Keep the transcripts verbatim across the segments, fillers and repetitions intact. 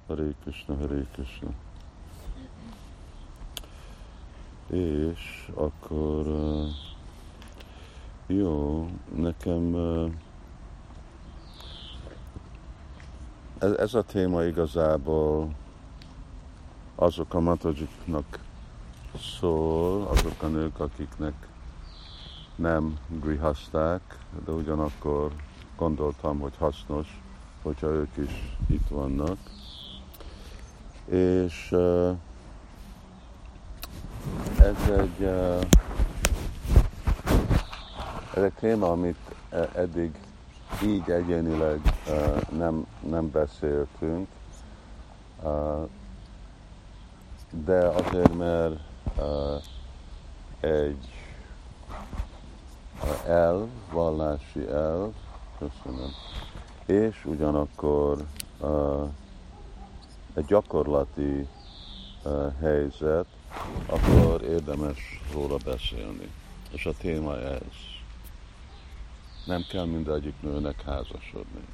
Hare Krishna, Hare Krishna. És akkor uh, jó, nekem uh, ez, ez a téma igazából azok a matajiknak szól, azok a nők, akiknek nem grihaszták, de ugyanakkor gondoltam, hogy hasznos, hogyha ők is itt vannak. És uh, ez egy, uh, ez egy téma, amit eddig így egyénileg uh, nem, nem beszéltünk, uh, de azért, mert uh, egy uh, elv, vallási elv, köszönöm, és ugyanakkor uh, egy gyakorlati uh, helyzet, akkor érdemes róla beszélni. És a téma ez. Nem kell mindegyik nőnek házasodni.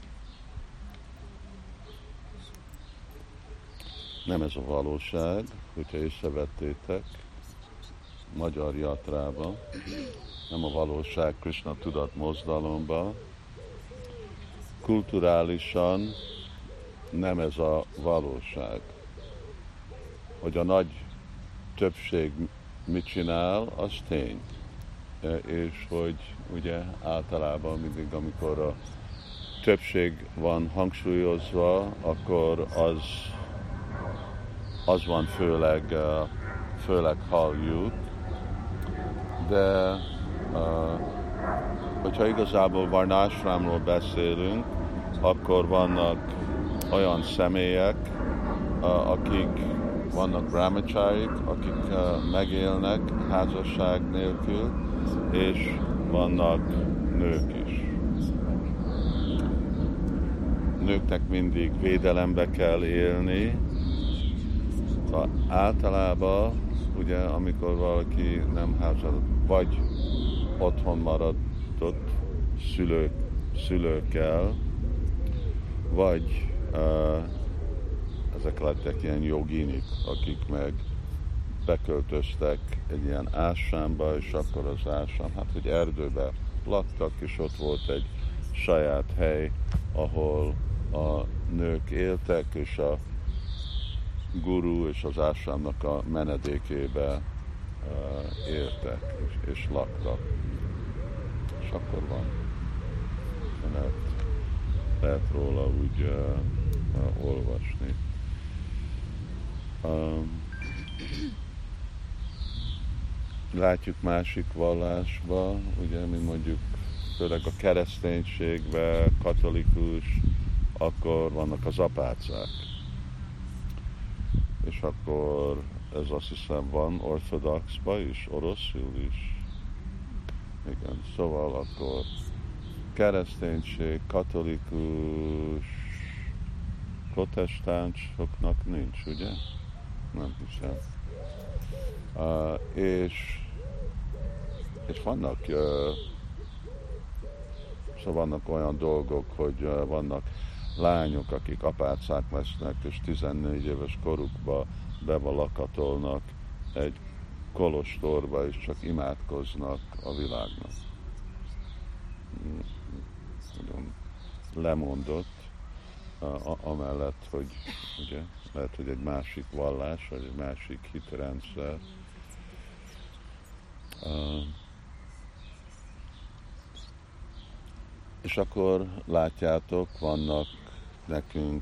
Nem ez a valóság, hogyha észrevettétek, magyar jatrában, nem a valóság Krishna tudat mozdalomban, kulturálisan nem ez a valóság. Hogy a nagy többség mit csinál, az tény. És hogy ugye általában mindig, amikor a többség van hangsúlyozva, akkor az, az van főleg, főleg halljuk, de hogyha igazából varnásrámról beszélünk, akkor vannak olyan személyek, akik vannak brahmacharik, akik megélnek házasság nélkül, és vannak nők is. Nőknek mindig védelembe kell élni. Általában, ugye, amikor valaki nem házasodott, vagy otthon maradott szülők, szülőkkel, vagy uh, ezek lettek ilyen joginik, akik meg beköltöztek egy ilyen ássámba, és akkor az ássám, hát hogy erdőbe laktak, és ott volt egy saját hely, ahol a nők éltek, és a guru és az ássámnak a menedékébe uh, éltek, és, és laktak. És akkor van. Lehet, lehet róla úgy uh, uh, olvasni. Um, látjuk másik vallásba, ugye, mint mondjuk főleg a kereszténységben, katolikus, akkor vannak az apácák. És akkor ez azt hiszem van ortodoxba is, oroszul is. Igen, szóval akkor kereszténység, katolikus, protestánsoknak nincs, ugye? Nem hiszem. Uh, és, és vannak, uh, szóval vannak olyan dolgok, hogy uh, vannak lányok, akik apácák lesznek, és tizennégy éves korukba bevalakatolnak egy kolostorba, és csak imádkoznak a világnak. Nagyon lemondott, uh, amellett, hogy ugye, lehet, hogy egy másik vallás, vagy egy másik hitrendszer. Uh, és akkor látjátok, vannak nekünk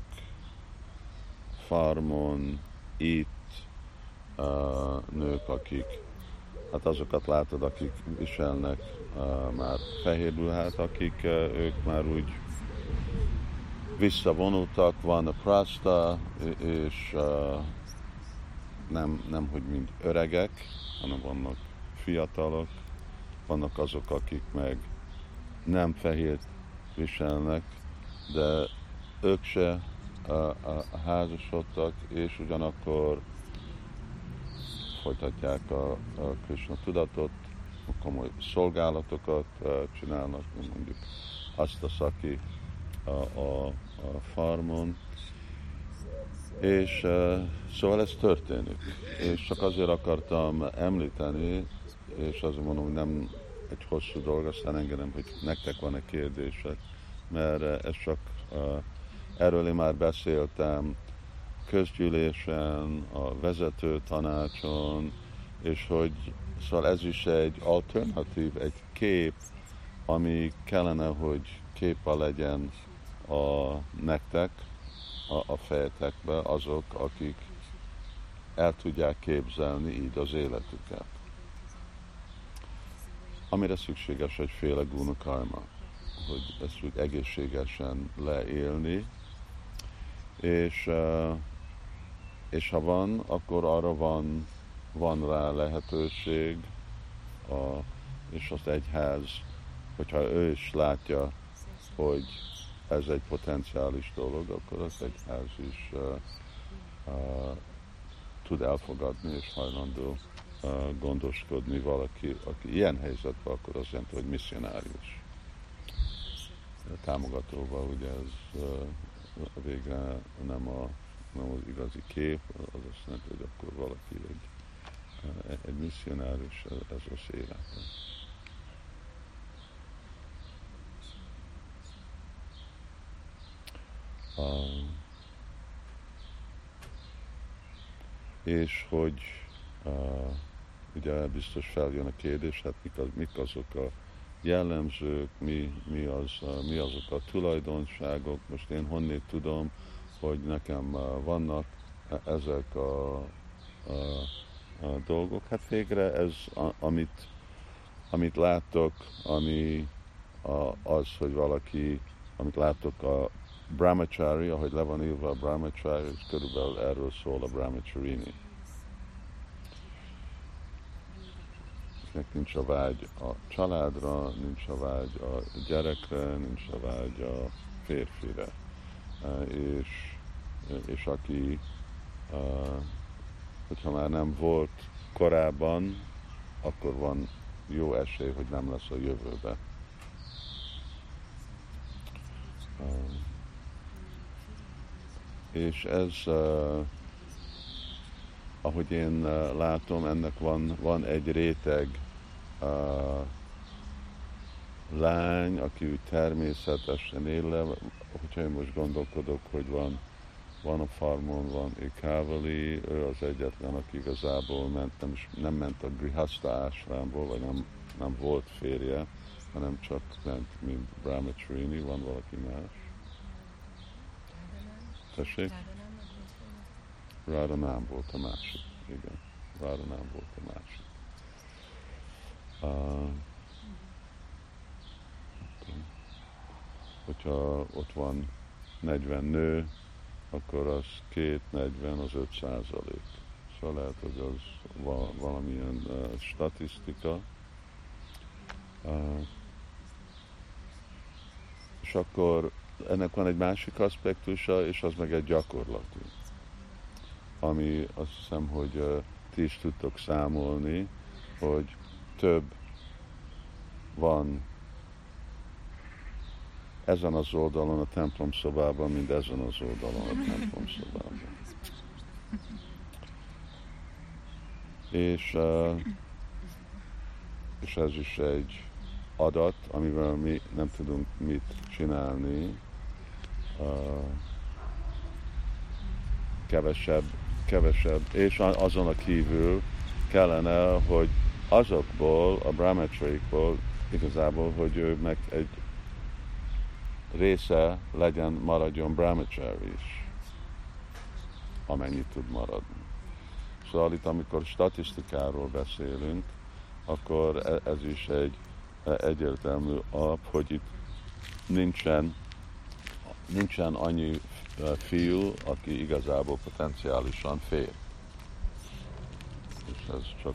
farmon, itt uh, nők, akik, hát azokat látod, akik viselnek uh, már fehér ruhát, akik uh, ők már úgy visszavonultak, van a prasta, és uh, nem, nem, hogy mind öregek, hanem vannak fiatalok, vannak azok, akik meg nem fehér viselnek, de ők se uh, uh, házasodtak, és ugyanakkor folytatják a, a Krishna tudatot, komoly szolgálatokat uh, csinálnak, mondjuk azt a szaki a, a, a farmon, És uh, szóval ez történik. És csak azért akartam említeni, és azért mondom, hogy nem egy hosszú dolog, aztán engedem, hogy nektek van-e kérdések, mert uh, ez csak uh, erről én már beszéltem közgyűlésen, a vezető tanácson, és hogy szóval ez is egy alternatív, egy kép, ami kellene, hogy képe legyen a nektek, a, a fejetekbe azok, akik el tudják képzelni így az életüket. Amire szükséges egyféle guna karma, hogy ezt úgy egészségesen leélni, és, és ha van, akkor arra van, van rá lehetőség, a, és az egyház, hogyha ő is látja, hogy ez egy potenciális dolog, akkor az egyház is uh, uh, tud elfogadni és hajlandó uh, gondoskodni valaki, aki ilyen helyzetben, akkor azt jelenti, hogy misszionárius. Támogatóval ugye ez uh, végre nem, a, nem az igazi kép, az azt jelenti, hogy akkor valaki egy, uh, egy misszionárius, ez az élete. Uh, és hogy uh, ugye biztos feljön a kérdés, hát mik, az, mik azok a jellemzők, mi, mi, az, uh, mi azok a tulajdonságok, most én honnét tudom, hogy nekem uh, vannak ezek a, a, a dolgok. Hát végre ez, a, amit, amit láttok, ami a, az, hogy valaki, amit láttok a brahmachari, ahogy le van írva a brahmachari, és körülbelül erről szól a brahmacharini. Nek nincs a vágy a családra, nincs a vágy a gyerekre, nincs a vágy a férfire. És, és aki, hogyha már nem volt korábban, akkor van jó esély, hogy nem lesz a jövőbe. És ez, uh, ahogy én uh, látom, ennek van, van egy réteg uh, lány, aki úgy természetesen él le, hogyha én most gondolkodok, hogy van, van a farmon, van Ikávali, ő az egyetlen, aki igazából ment, nem, nem ment a Grihasta ásrámból, vagy nem, nem volt férje, hanem csak ment, mint Brahmacharini, van valaki más. Tessék? Ráda nem volt a másik. Igen, Ráda nem volt a másik. Uh, hogyha ott van negyven nő, akkor az két negyven, az öt százalék. Szóval lehet, hogy az valamilyen uh, statisztika. Uh, és akkor ennek van egy másik aspektusa, és az meg egy gyakorlati, ami azt hiszem, hogy uh, ti is tudtok számolni, hogy több van ezen az oldalon a templom szobában, mint ezen az oldalon a templom szobában. És, uh, és ez is egy adat, amivel mi nem tudunk mit csinálni. Uh, kevesebb, kevesebb, és azon a kívül kellene, hogy azokból, a brahmachaikból igazából, hogy ő meg egy része legyen, maradjon brahmachari is, amennyit tud maradni. Szóval itt, amikor statisztikáról beszélünk, akkor ez is egy egyértelmű alap, hogy itt nincsen, nincsen annyi fiú, aki igazából potenciálisan fér. És ez csak,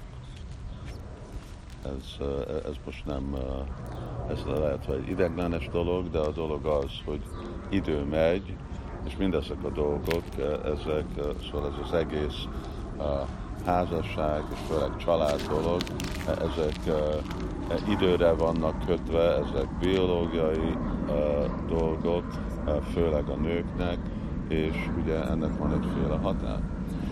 ez, ez most nem, ez lehet, hogy ideglenes dolog, de a dolog az, hogy idő megy, és mindezek a dolgok, ezek, szóval ez az egész házasság, és főleg család dolog, ezek időre vannak kötve, ezek biológiai dolgok, főleg a nőknek, és ugye ennek van egyféle határ.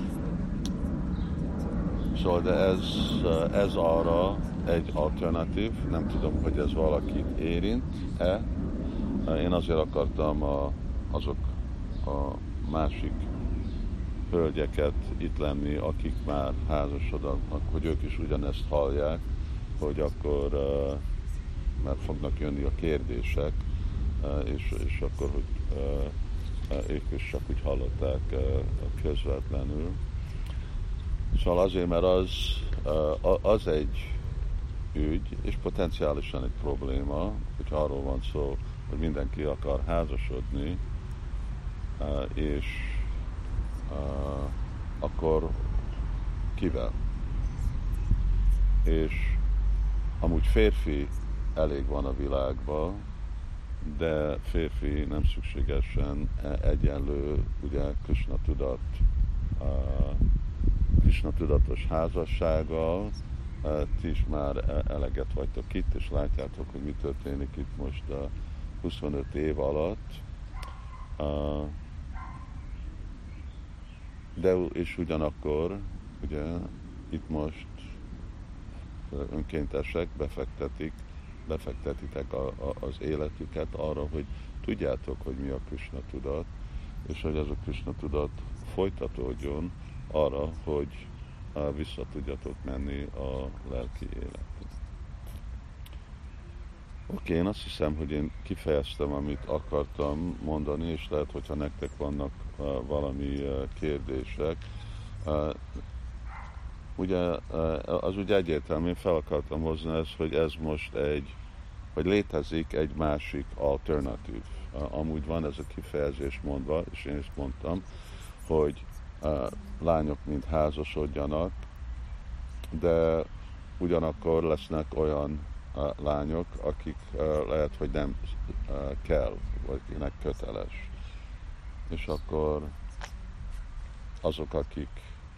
Szóval de ez, ez arra egy alternatív, nem tudom, hogy ez valakit érint-e. Én azért akartam a, azok a másik hölgyeket itt lenni, akik már házasodnak, hogy ők is ugyanezt hallják, hogy akkor mert fognak jönni a kérdések, és, és akkor, hogy ők is csak úgy hallották közvetlenül. Szóval azért, mert az, az egy ügy, és potenciálisan egy probléma, hogy arról van szó, hogy mindenki akar házasodni, és akkor kivel? És amúgy férfi elég van a világban, de férfi nem szükségesen egyenlő, ugye Krishna tudat, Krishna tudatos házassággal. Ti is már eleget vagytok itt, és látjátok, hogy mi történik itt most a huszonöt év alatt. De és ugyanakkor, ugye itt most önkéntesek befektetik, befektetitek a, a, az életüket arra, hogy tudjátok, hogy mi a Krishna tudat, és hogy ez a Krishna tudat folytatódjon arra, hogy vissza tudjatok menni a lelki életbe. Oké, én azt hiszem, hogy én kifejeztem, amit akartam mondani, és lehet, hogyha nektek vannak uh, valami uh, kérdések. Uh, ugye uh, az úgy egyértelmű, én fel akartam hozni ezt, hogy ez most egy, hogy létezik egy másik alternatív. Uh, amúgy van ez a kifejezés mondva, és én is mondtam, hogy uh, lányok mind házasodjanak, de ugyanakkor lesznek olyan uh, lányok, akik uh, lehet, hogy nem uh, kell, vagy akinek köteles. És akkor azok, akik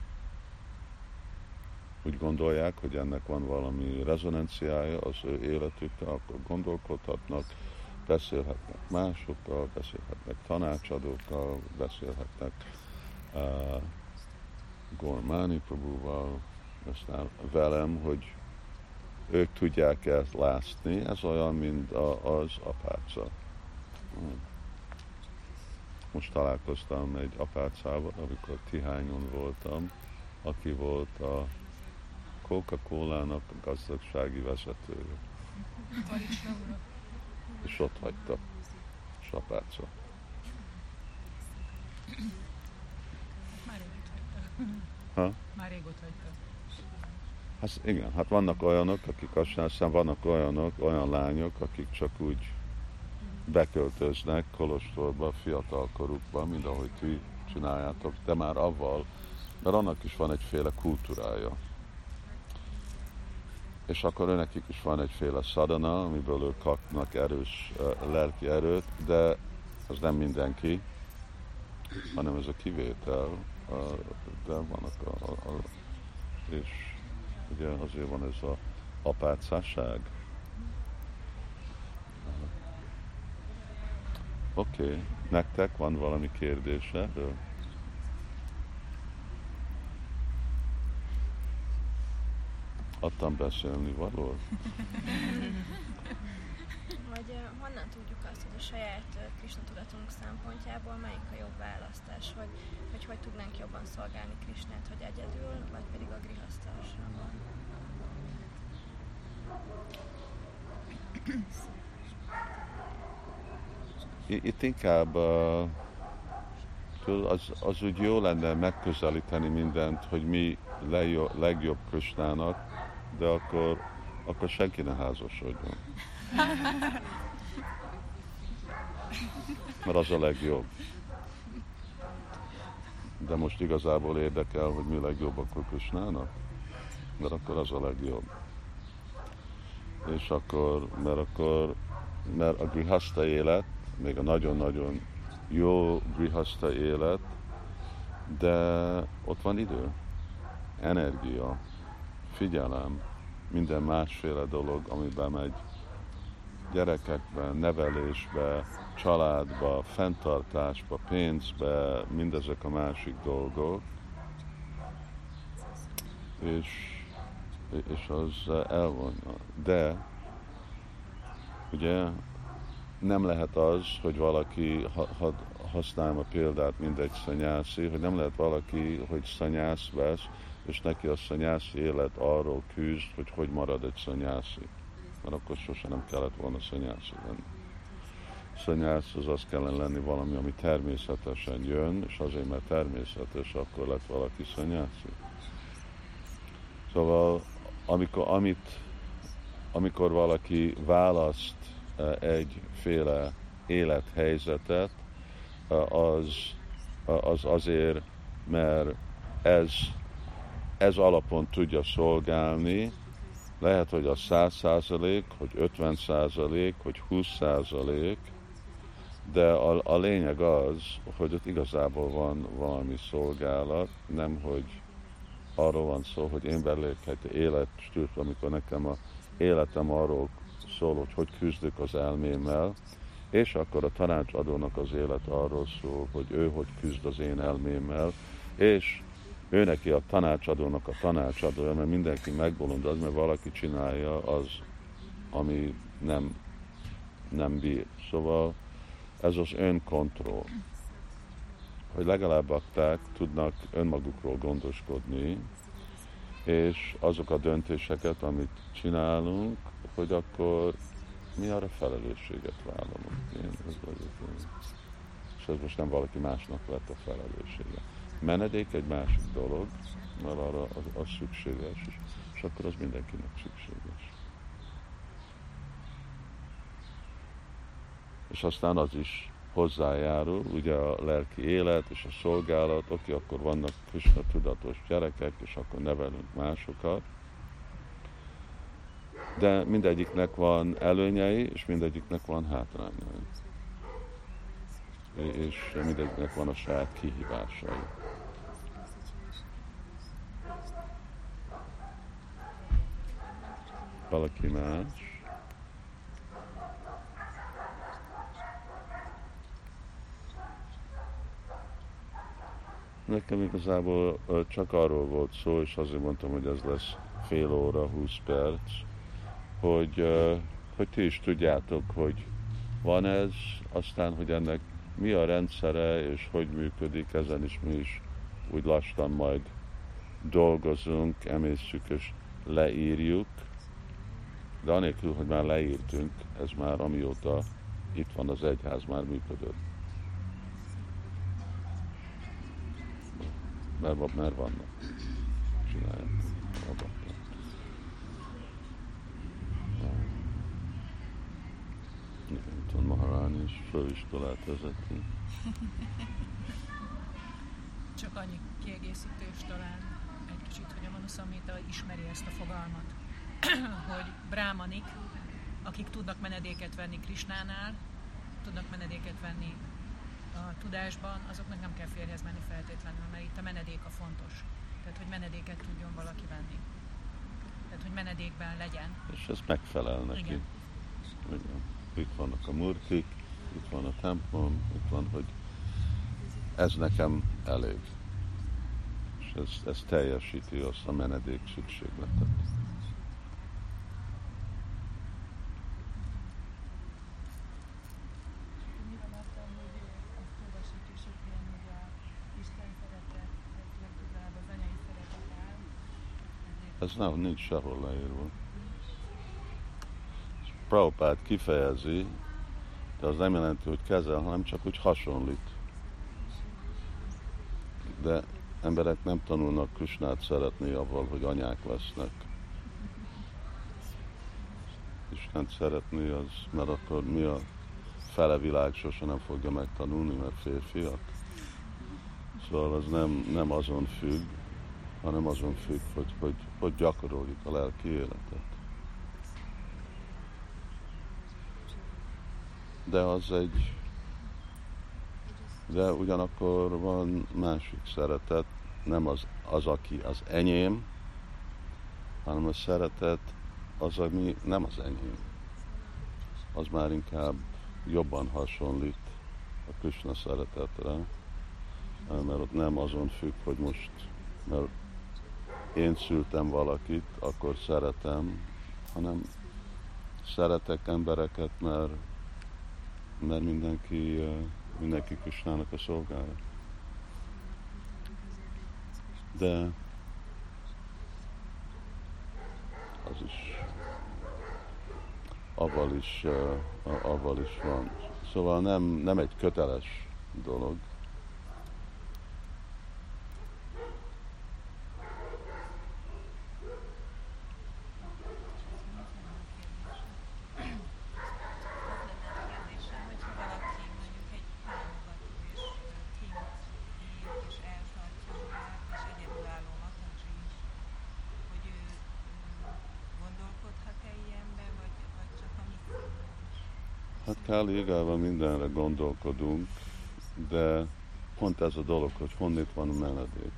úgy gondolják, hogy ennek van valami rezonanciája az ő életükkel, akkor gondolkodhatnak, beszélhetnek másokkal, beszélhetnek tanácsadókkal, beszélhetnek uh, Gormani Prabhuval, aztán velem, hogy ők tudják ezt látni, ez olyan, mint a, az apáca. Most találkoztam egy apácával, amikor Tihányon voltam, aki volt a Coca-Cola-nak a gazdagsági vezetője. És ott hagyta, és apáca. Már régóta hagyta. Ha? Már régóta hagyta. Hát igen, hát vannak olyanok, akik azt aztán vannak olyanok, olyan lányok, akik csak úgy beköltöznek Kolostorba fiatal korukban, mint ahogy ti csináljátok, de már avval, mert annak is van egyféle kultúrája. És akkor őnekik is van egyféle szadana, amiből ők kapnak erős uh, lelki erőt, de az nem mindenki, hanem ez a kivétel, uh, de vannak a, a, a és ugye azért van ez a apácáság. Oké, okay. Nektek van valami kérdés erről? Adtam beszélni való? Hogy uh, honnan tudjuk azt, hogy a saját uh, Krishna tudatunk szempontjából melyik a jobb választás, hogy, hogy hogy tudnánk jobban szolgálni Krishnát, hogy egyedül, vagy pedig a grihasztásában? Itt inkább uh, az, az úgy jó lenne megközelíteni mindent, hogy mi legjobb, legjobb Krishnának, de akkor, akkor senki ne házasodjon. Mert az a legjobb. De most igazából érdekel, hogy mi legjobb akkor Krishnának, mert akkor az a legjobb. És akkor, mert akkor, mert a grihaszta élet, még a nagyon-nagyon jó grihaszta élet, de ott van idő, energia, figyelem, minden másféle dolog, amiben megy gyerekekben, nevelésbe, családba, fenntartásba, pénzbe, mindezek a másik dolgok, és, és az elvonja. De ugye nem lehet az, hogy valaki, ha, használom a példát, mint egy szanyászi, hogy nem lehet valaki, hogy szanyász vesz, és neki a szanyászi élet arról küzd, hogy hogy marad egy szanyászi. Mert akkor sosem nem kellett volna szanyászi lenni. Szanyász az az kellene lenni valami, ami természetesen jön, és azért, mert természetes, akkor lett valaki szanyászi. Szóval, amikor, amit, amikor valaki választ egyféle élethelyzetet, az, az azért, mert ez, ez alapon tudja szolgálni, lehet, hogy a száz százalék, hogy ötven százalék, hogy húsz százalék, de a, a lényeg az, hogy ott igazából van valami szolgálat, nem hogy arról van szó, hogy én belőlek egy életstílus, amikor nekem a életem arról szól, hogy hogy küzdök az elmémmel, és akkor a tanácsadónak az élet arról szól, hogy ő hogy küzd az én elmémmel, és ő neki a tanácsadónak a tanácsadója, mert mindenki megbolondoz, mert valaki csinálja az, ami nem, nem bír. Szóval ez az önkontroll, hogy legalább bakták tudnak önmagukról gondoskodni, és azok a döntéseket, amit csinálunk, hogy akkor mi arra felelősséget vállalunk. Én, ez vagyok, és ez most nem valaki másnak lett a felelőssége. Menedék egy másik dolog, mert arra az, az szükséges, és, és akkor az mindenkinek szükséges. És aztán az is hozzájárul, ugye a lelki élet és a szolgálat, oké, akkor vannak Krisna tudatos gyerekek, és akkor nevelünk másokat, de mindegyiknek van előnyei, és mindegyiknek van hátrányai. És mindegyiknek van a saját kihívásai. Valaki más? Nekem igazából csak arról volt szó, és azért mondtam, hogy ez lesz fél óra, húsz perc, hogy, hogy ti is tudjátok, hogy van ez, aztán, hogy ennek mi a rendszere, és hogy működik, ezen is mi is úgy lassan majd dolgozunk, emészsük és leírjuk, de anélkül, hogy már leírtunk, ez már amióta itt van az egyház, már működött. Mert, mert vannak. Csinálják. Itt van Maharani is főiskolát vezeti. Csak annyi kiegészítés talán egy kicsit, hogy a Manu Samhita ismeri ezt a fogalmat, hogy brámanik, akik tudnak menedéket venni Krisnánál, tudnak menedéket venni a tudásban, azoknak nem kell férjhez menni feltétlenül, mert itt a menedék a fontos. Tehát, hogy menedéket tudjon valaki venni. Tehát, hogy menedékben legyen. És ez megfelel neki. Igen. Igen. Itt vannak a murtik, itt van a templom, itt van, hogy ez nekem elég. És ez, ez teljesíti azt a menedék szükségletet. Ez nem, nincs sehol leírva. Prabhupád kifejezi, de az nem jelenti, hogy kezel, hanem csak úgy hasonlít. De emberek nem tanulnak Krisnát szeretni avval, hogy anyák lesznek. Istent szeretni az, mert akkor mi a fele világ sose nem fogja megtanulni, mert férfiak. Szóval az nem, nem azon függ, hanem azon függ, hogy, hogy, hogy gyakoroljuk a lelki életet. De az egy, de ugyanakkor van másik szeretet, nem az, az aki az enyém, hanem a szeretet az, ami nem az enyém. Az már inkább jobban hasonlít a Krishna szeretetre, mert ott nem azon függ, hogy most, mert én szültem valakit, akkor szeretem, hanem szeretek embereket, mert, mert mindenki, mindenki Krishnának a szolgája. De az is, avval is, avval is van. Szóval nem, nem egy köteles dolog. Hát Káli igával mindenre gondolkodunk, de pont ez a dolog, hogy honnét van a menedék.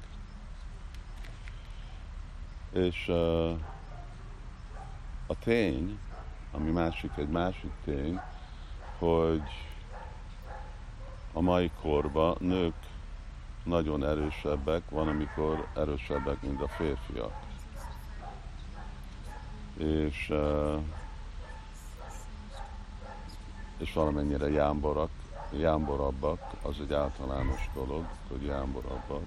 És uh, a tény, ami másik, egy másik tény, hogy a mai korban nők nagyon erősebbek, van, amikor erősebbek, mint a férfiak. És uh, és valamennyire jámborak, jámborabbak, az egy általános dolog, hogy jámborabbak.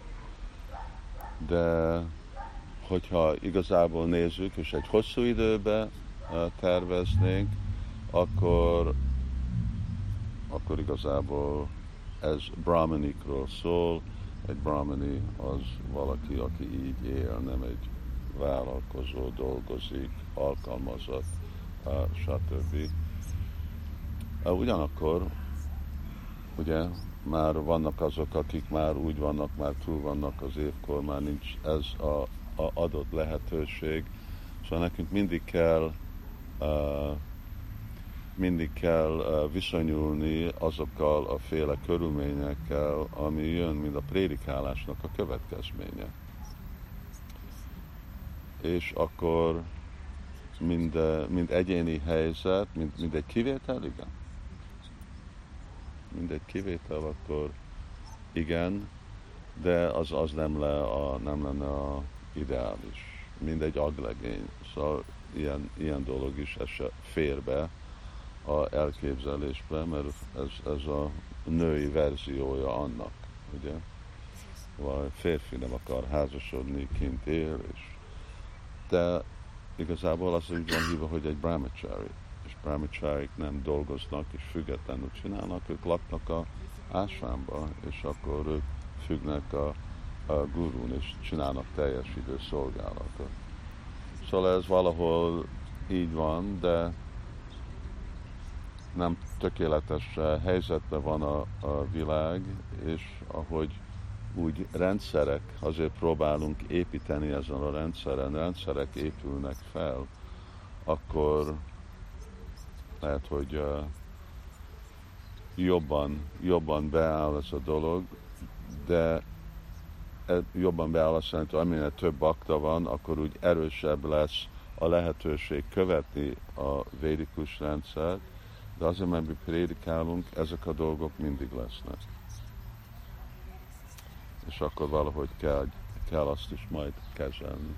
De hogyha igazából nézzük, és egy hosszú időbe terveznénk, akkor, akkor igazából ez brahmanikról szól. Egy brahmani az valaki, aki így él, nem egy vállalkozó, dolgozik, alkalmazott, stb. Ugyanakkor, ugye, már vannak azok, akik már úgy vannak, már túl vannak az évkor, már nincs ez a, a adott lehetőség. Szóval nekünk mindig kell, uh, mindig kell uh, viszonyulni azokkal a féle körülményekkel, ami jön, mint a prédikálásnak a következménye. És akkor mind, mind egyéni helyzet, mind, mind egy kivétel, igen. Mindegy kivétel, akkor igen, de az, az nem, le a, nem lenne a ideális. Mindegy aglegény. Szóval ilyen, ilyen dolog is ez se fér be a elképzelésbe, mert ez, ez a női verziója annak, ugye? Vagy férfi nem akar házasodni, kint él, és de igazából az úgy van hívva, hogy egy brahmachari. És brahmacharik nem dolgoznak és függetlenül csinálnak, ők laknak a ásványba, és akkor ők függnek a, a gurún, és csinálnak teljes idő szolgálatot. Szóval ez valahol így van, de nem tökéletes helyzetben van a, a világ, és ahogy úgy rendszerek, azért próbálunk építeni ezen a rendszeren, rendszerek épülnek fel, akkor lehet, hogy uh, jobban, jobban beáll ez a dolog, de jobban beáll azt jelenti, hogy aminél több bakta van, akkor úgy erősebb lesz a lehetőség követni a védikus rendszert, de azért, mert mi prédikálunk, ezek a dolgok mindig lesznek. És akkor valahogy kell, kell azt is majd kezelni.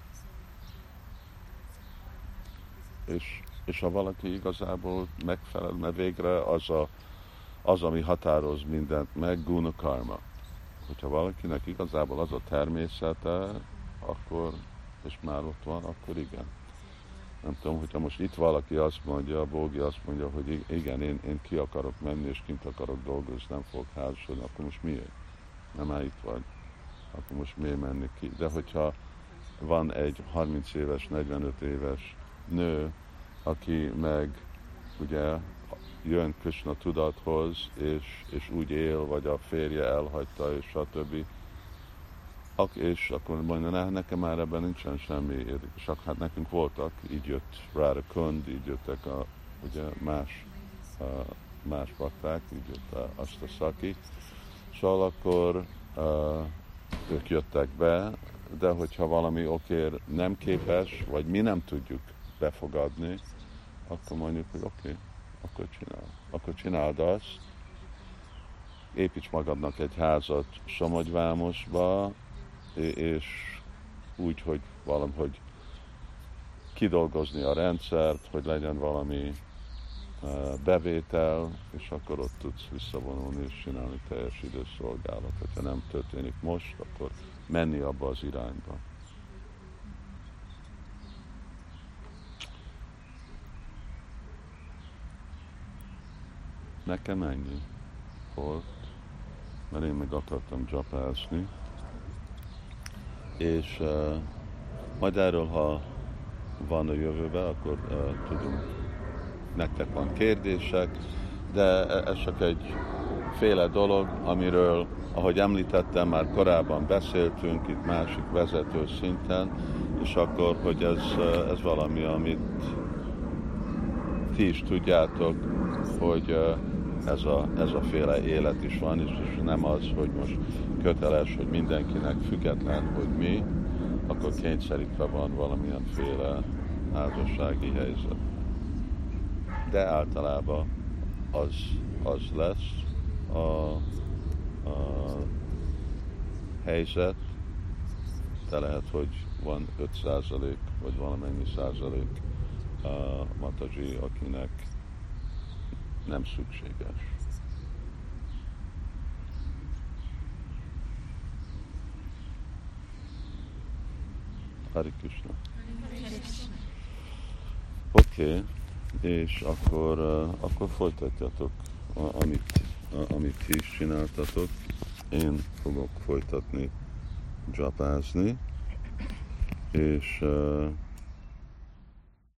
És, és ha valaki igazából megfelel, mert végre az, a, az ami határoz mindent meg, guna karma. Hogyha valakinek igazából az a természete, akkor, és már ott van, akkor igen. Nem tudom, hogyha most itt valaki azt mondja, Bógi azt mondja, hogy igen, én, én ki akarok menni, és kint akarok dolgozni, nem fogok házasodni, akkor most miért? Nem már itt vagy, akkor most miért menni ki? De hogyha van egy harminc éves, negyvenöt éves nő, aki meg ugye jön Krishna tudathoz, és, és úgy él, vagy a férje elhagyta, és stb. Ak, és akkor mondja, nekem már ebben nincsen semmi érdekes. Hát nekünk voltak, így jött Radha Kund, így jöttek a, ugye más, a, más bakták, így jött a, azt a szaki. Szóval akkor uh, ők jöttek be, de hogyha valami okér nem képes, vagy mi nem tudjuk befogadni, akkor mondjuk, hogy oké, okay, akkor csinál. Akkor csináld azt, építs magadnak egy házat Somogyvámosba, és úgy, hogy valahogy kidolgozni a rendszert, hogy legyen valami bevétel, és akkor ott tudsz visszavonulni és csinálni teljes idős szolgálatot. Ha nem történik most, akkor menni abba az irányba. Nekem ennyi volt, mert én meg akartam dzsapázni, és uh, majd erről, ha van a jövőben, akkor uh, tudunk, nektek van kérdések, de ez csak egy féle dolog, amiről, ahogy említettem, már korábban beszéltünk itt másik vezető szinten, és akkor, hogy ez, uh, ez valami, amit ti is tudjátok, hogy uh, ez a, ez a féle élet is van, és nem az, hogy most köteles, hogy mindenkinek független, hogy mi, akkor kényszerítve van valamilyen féle házassági helyzet. De általában az, az lesz a, a helyzet, de lehet, hogy van öt százalék, vagy valamennyi százalék a Mataji, akinek nem szükséges. Hari Krishna. Oké, okay. És akkor, uh, akkor folytatjatok, amit, uh, amit ti is csináltatok. Én fogok folytatni dzsapázni, és uh,